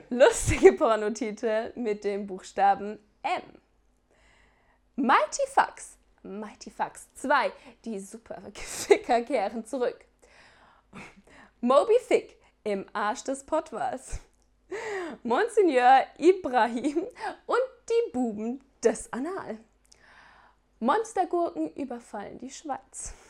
Lustige Pornotitel mit dem Buchstaben M. Mighty Fox 2, die Superficker kehren zurück. Moby Thick im Arsch des Pottwals. Monsignor Ibrahim und die Buben des Anal. Monstergurken überfallen die Schweiz.